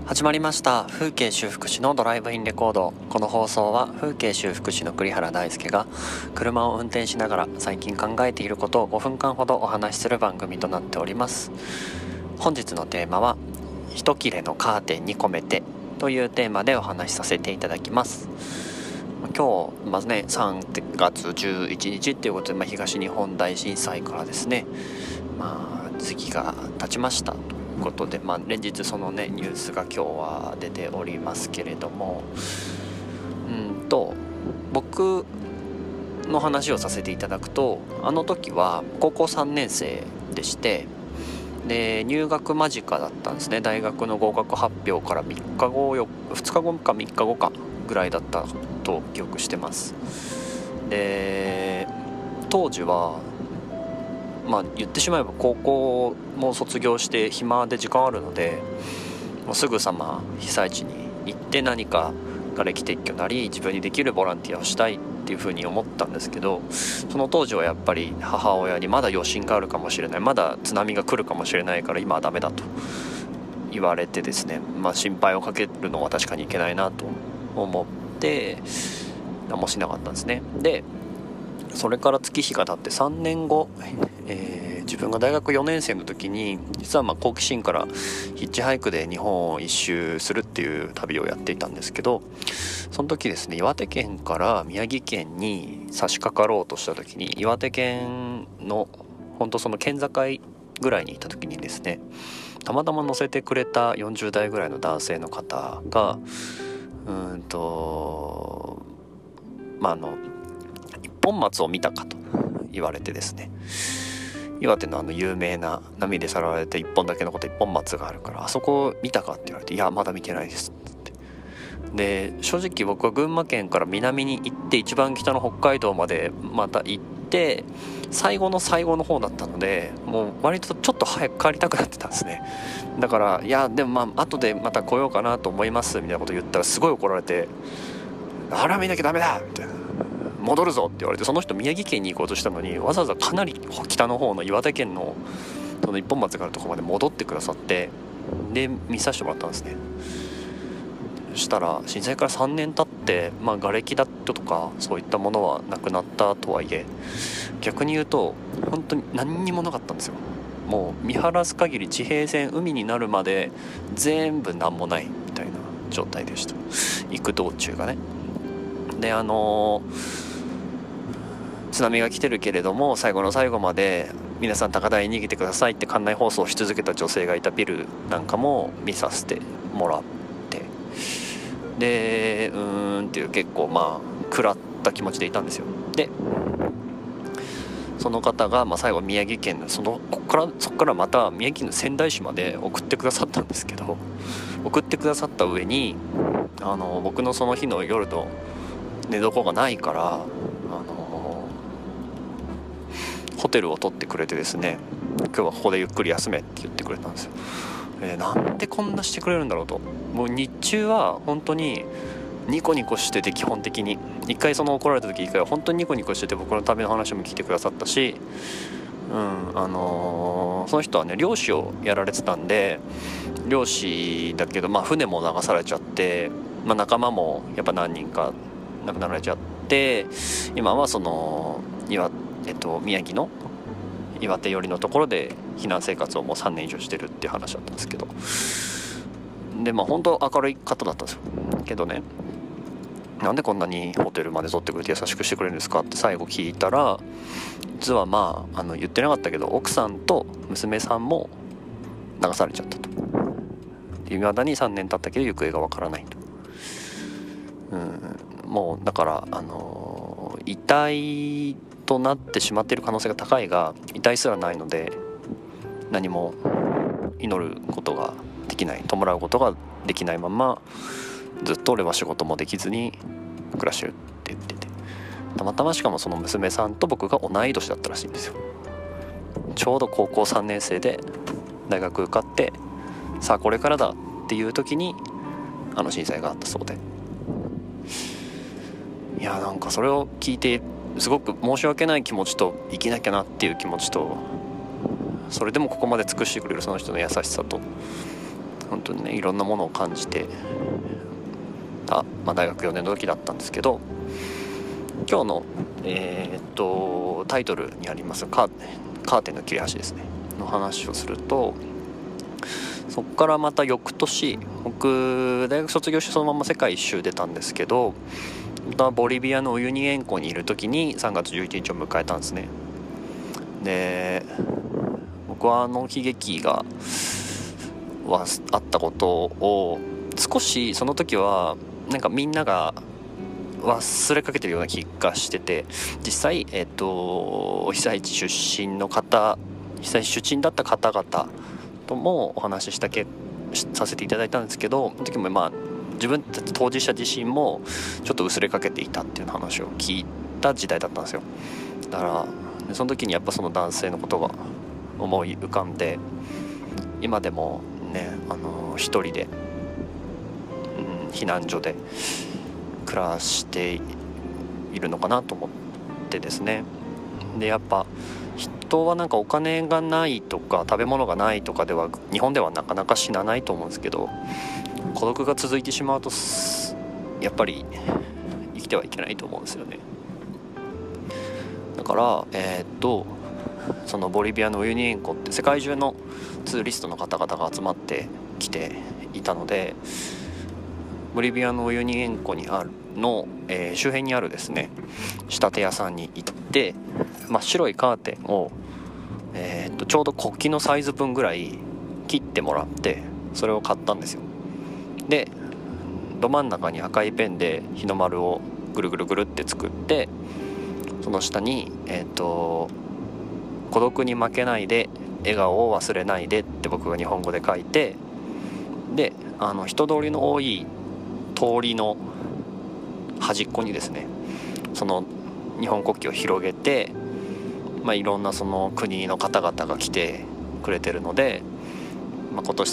始まりました風景修復師のドライブインレコード。この放送は風景修復師の栗原大輔が車を運転しながら最近考えていることを5分間ほどお話しする番組となっております。本日のテーマは一切れのカーテンに込めてというテーマでお話しさせていただきます。今日まずね3月11日っていうことで、東日本大震災からですね月が経ちましたということで、連日そのねニュースが今日は出ておりますけれども、僕の話をさせていただくと、あの時は高校3年生でして、で入学間近だったんですね。大学の合格発表から2日後か3日後かぐらいだったと記憶してます。で当時は言ってしまえば高校も卒業して暇で時間あるので、もうすぐさま被災地に行って何か瓦礫撤去なり自分にできるボランティアをしたいっていうふうに思ったんですけど、その当時はやっぱり母親にまだ余震があるかもしれない、まだ津波が来るかもしれないから今はダメだと言われてですね、心配をかけるのは確かにいけないなと思って何もしなかったんですね。でそれから月日が経って3年後、自分が大学4年生の時に実は好奇心からヒッチハイクで日本を一周するっていう旅をやっていたんですけど、その時ですね、岩手県から宮城県に差し掛かろうとした時に、岩手県の本当その県境ぐらいにいた時にですね、たまたま乗せてくれた40代ぐらいの男性の方が一本松を見たかと言われてですね、岩手の有名な波でさらわれて1本だけのこと一本松があるから、あそこ見たかって言われて、いやまだ見てないですって。で正直僕は群馬県から南に行って一番北の北海道までまた行って最後の最後の方だったので、もう割とちょっと早く帰りたくなってたんですね。だからいやでも後でまた来ようかなと思いますみたいなこと言ったらすごい怒られて、あら見なきゃダメだみたいな、戻るぞって言われて、その人宮城県に行こうとしたのにわざわざかなり北の方の岩手県のその一本松があるところまで戻ってくださって、で見させてもらったんですね。そしたら震災から3年経って、瓦礫だとかそういったものはなくなったとはいえ、逆に言うと本当に何にもなかったんですよ。もう見晴らす限り地平線海になるまで全部何もないみたいな状態でした。行く道中がね。で津波が来てるけれども最後の最後まで皆さん高台に逃げてくださいって館内放送し続けた女性がいたビルなんかも見させてもらって、でっていう結構食らった気持ちでいたんですよ。でその方が最後宮城県のそこからまた宮城県の仙台市まで送ってくださったんですけど、送ってくださった上に僕のその日の夜の寝床がないからホテルを取ってくれてですね、今日はここでゆっくり休めって言ってくれたんですよ。なんでこんなしてくれるんだろうと。もう日中は本当にニコニコしてて、基本的に一回その怒られた時以外は本当にニコニコしてて、僕の旅の話も聞いてくださったし、その人はね漁師をやられてたんで、漁師だけど船も流されちゃって、仲間もやっぱ何人か亡くなられちゃって、今はその宮城の岩手寄りのところで避難生活をもう3年以上してるっていう話だったんですけど、で本当明るい方だったんですよ。けどね、なんでこんなにホテルまで取ってくれて優しくしてくれるんですかって最後聞いたら、実は言ってなかったけど奥さんと娘さんも流されちゃったと。未だに3年経ったけど行方がわからないと。もうだから遺体となってしまっている可能性が高いが、遺体すらないので何も祈ることができない、弔うことができないままずっと俺は仕事もできずに暮らしてるって言ってて、たまたましかもその娘さんと僕が同い年だったらしいんですよ。ちょうど高校3年生で大学受かってさあこれからだっていう時に震災があったそうで、いやなんかそれを聞いてすごく申し訳ない気持ちと生きなきゃなっていう気持ちと、それでもここまで尽くしてくれるその人の優しさと、 本当にねいろんなものを感じてた、大学4年の時だったんですけど、今日の、タイトルにありますカーテンの切れ端ですねの話をすると、そこからまた翌年、僕大学卒業してそのまま世界一周出たんですけど、またボリビアのウユニ塩湖にいる時に3月11日を迎えたんですね。で僕は悲劇があったことを少しその時はなんかみんなが忘れかけてるような気がしてて、実際、被災地出身の方、被災地出身だった方々ともお話しさせていただいたんですけど、その時も自分たち当事者自身もちょっと薄れかけていたっていう話を聞いた時代だったんですよ。だからその時にやっぱその男性のことが思い浮かんで、今でもね一人で、避難所で暮らしているのかなと思ってですね。でやっぱ人はなんかお金がないとか食べ物がないとかでは日本ではなかなか死なないと思うんですけど、孤独が続いてしまうとやっぱり生きてはいけないと思うんですよね。だからそのボリビアのウユニ塩湖って世界中のツーリストの方々が集まってきていたので、ボリビアのウユニ塩湖にある周辺にあるですね仕立て屋さんに行って、真っ白いカーテンを、ちょうど国旗のサイズ分ぐらい切ってもらって、それを買ったんですよ。でど真ん中に赤いペンで日の丸をぐるぐるぐるって作って、その下に孤独に負けないで笑顔を忘れないでって僕が日本語で書いて、で人通りの多い通りの端っこにですねその日本国旗を広げて、いろんなその国の方々が来てくれてるので、今年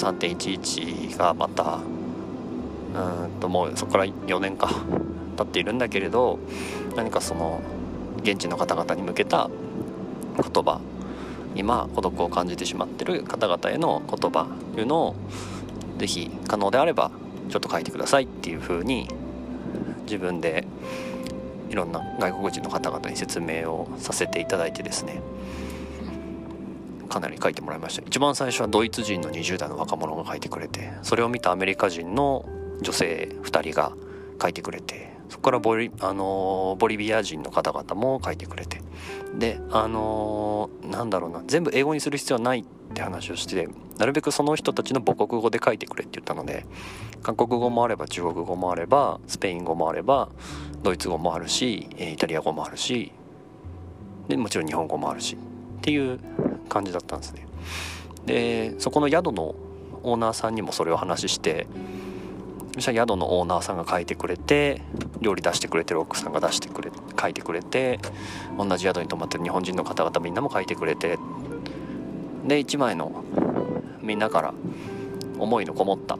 3.11 がまたもうそこから4年か経っているんだけれど、何かその現地の方々に向けた言葉、今孤独を感じてしまってる方々への言葉というのをぜひ可能であればちょっと書いてくださいっていう風に自分でいろんな外国人の方々に説明をさせていただいてですね、かなり書いてもらいました。一番最初はドイツ人の20代の若者が書いてくれて、それを見たアメリカ人の女性2人が書いてくれて、そこからボリビア人の方々も書いてくれて、でなんだろうな、全部英語にする必要はないって話をして、なるべくその人たちの母国語で書いてくれって言ったので、韓国語もあれば中国語もあればスペイン語もあればドイツ語もあるしイタリア語もあるし、でもちろん日本語もあるしっていう感じだったんですね。でそこの宿のオーナーさんにもそれを話して、そしたら宿のオーナーさんが書いてくれて、料理出してくれてる奥さんが書いてくれて、同じ宿に泊まってる日本人の方々みんなも書いてくれて、で1枚のみんなから思いのこもった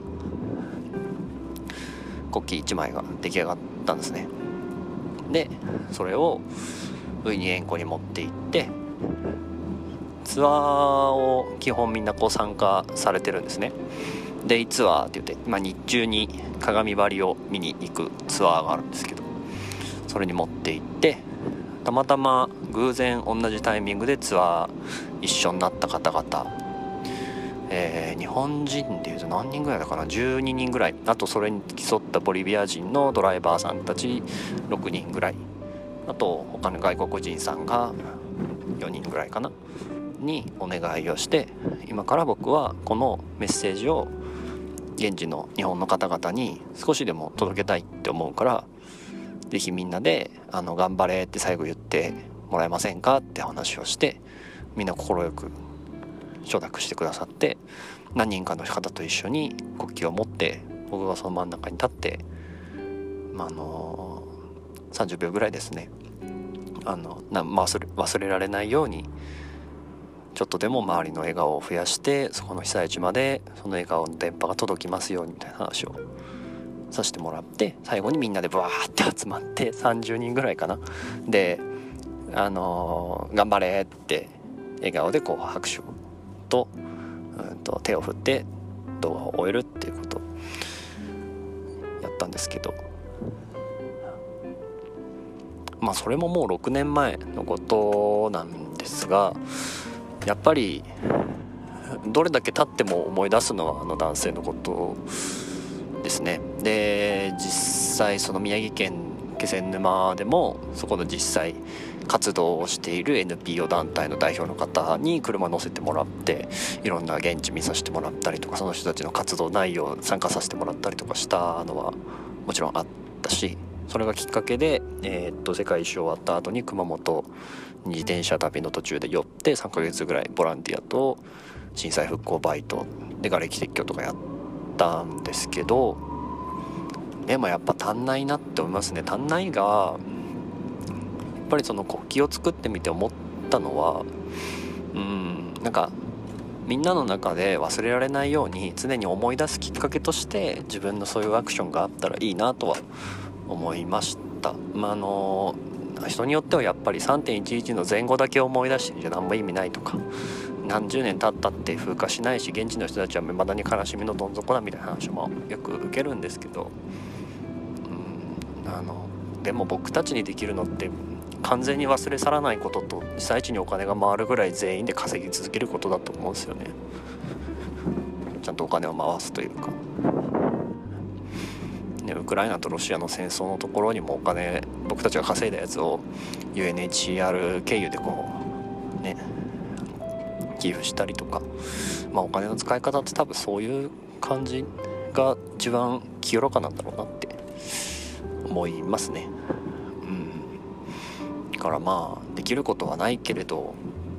国旗1枚が出来上がったんですね。でそれをウユニ塩湖に持って行って、ツアーを基本みんな参加されてるんですね。デイツアーって言って、日中に鏡張りを見に行くツアーがあるんですけど、それに持って行って、たまたま偶然同じタイミングでツアー一緒になった方々、日本人でいうと何人ぐらいだかな、12人ぐらい、あとそれに競ったボリビア人のドライバーさんたち6人ぐらい、あと他の外国人さんが4人ぐらいかなにお願いをして、今から僕はこのメッセージを現地の日本の方々に少しでも届けたいって思うから、ぜひみんなで頑張れって最後言ってもらえませんかって話をして、みんな快く承諾してくださって、何人かの方と一緒に国旗を持って僕がその真ん中に立って、30秒ぐらいですね、忘れられないようにちょっとでも周りの笑顔を増やして、そこの被災地までその笑顔の電波が届きますようにみたいな話をさせてもらって、最後にみんなでブワーって集まって30人ぐらいかなで、頑張れって笑顔で拍手と手を振って動画を終えるっていうことをやったんですけど、まあそれももう6年前のことなんですが、やっぱりどれだけ経っても思い出すのはあの男性のことですね。で実際その宮城県気仙沼でもそこの実際活動をしている NPO 団体の代表の方に車乗せてもらっていろんな現地見させてもらったりとか、その人たちの活動内容参加させてもらったりとかしたのはもちろんあったし、それがきっかけで、世界一周終わった後に熊本に自転車旅の途中で寄って3ヶ月ぐらいボランティアと震災復興バイトで瓦礫撤去とかやったんですけど、でもやっぱ足んないなって思いますね。足んないがやっぱりその国旗を作ってみて思ったのは、なんかみんなの中で忘れられないように常に思い出すきっかけとして自分のそういうアクションがあったらいいなとは思いました。人によってはやっぱり 3.11 の前後だけ思い出してじゃ何も意味ないとか、何十年経ったって風化しないし現地の人たちは未だに悲しみのどん底だみたいな話もよく受けるんですけど、でも僕たちにできるのって完全に忘れ去らないことと被災地にお金が回るぐらい全員で稼ぎ続けることだと思うんですよね。ちゃんとお金を回すというかね、ウクライナとロシアの戦争のところにもお金僕たちが稼いだやつを UNHCR 経由でこうね寄付したりとか、お金の使い方って多分そういう感じが一番清らかなんだろうなって思いますね。だからできることはないけれど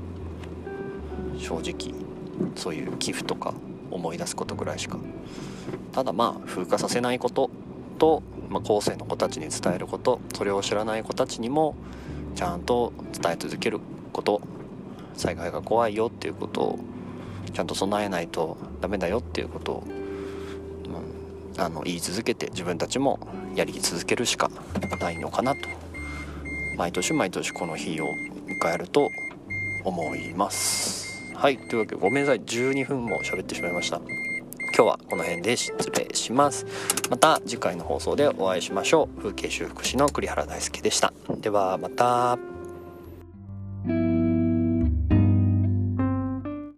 正直そういう寄付とか思い出すことぐらいしか、ただ風化させないことと、後世の子たちに伝えること、それを知らない子たちにもちゃんと伝え続けること、災害が怖いよっていうことをちゃんと備えないとダメだよっていうことを、言い続けて自分たちもやり続けるしかないのかなと毎年毎年この日を迎えると思います。はい、というわけでごめんなさい、12分も喋ってしまいました。今日はこの辺で失礼します。また次回の放送でお会いしましょう。風景修復師の栗原大輔でした。ではまた。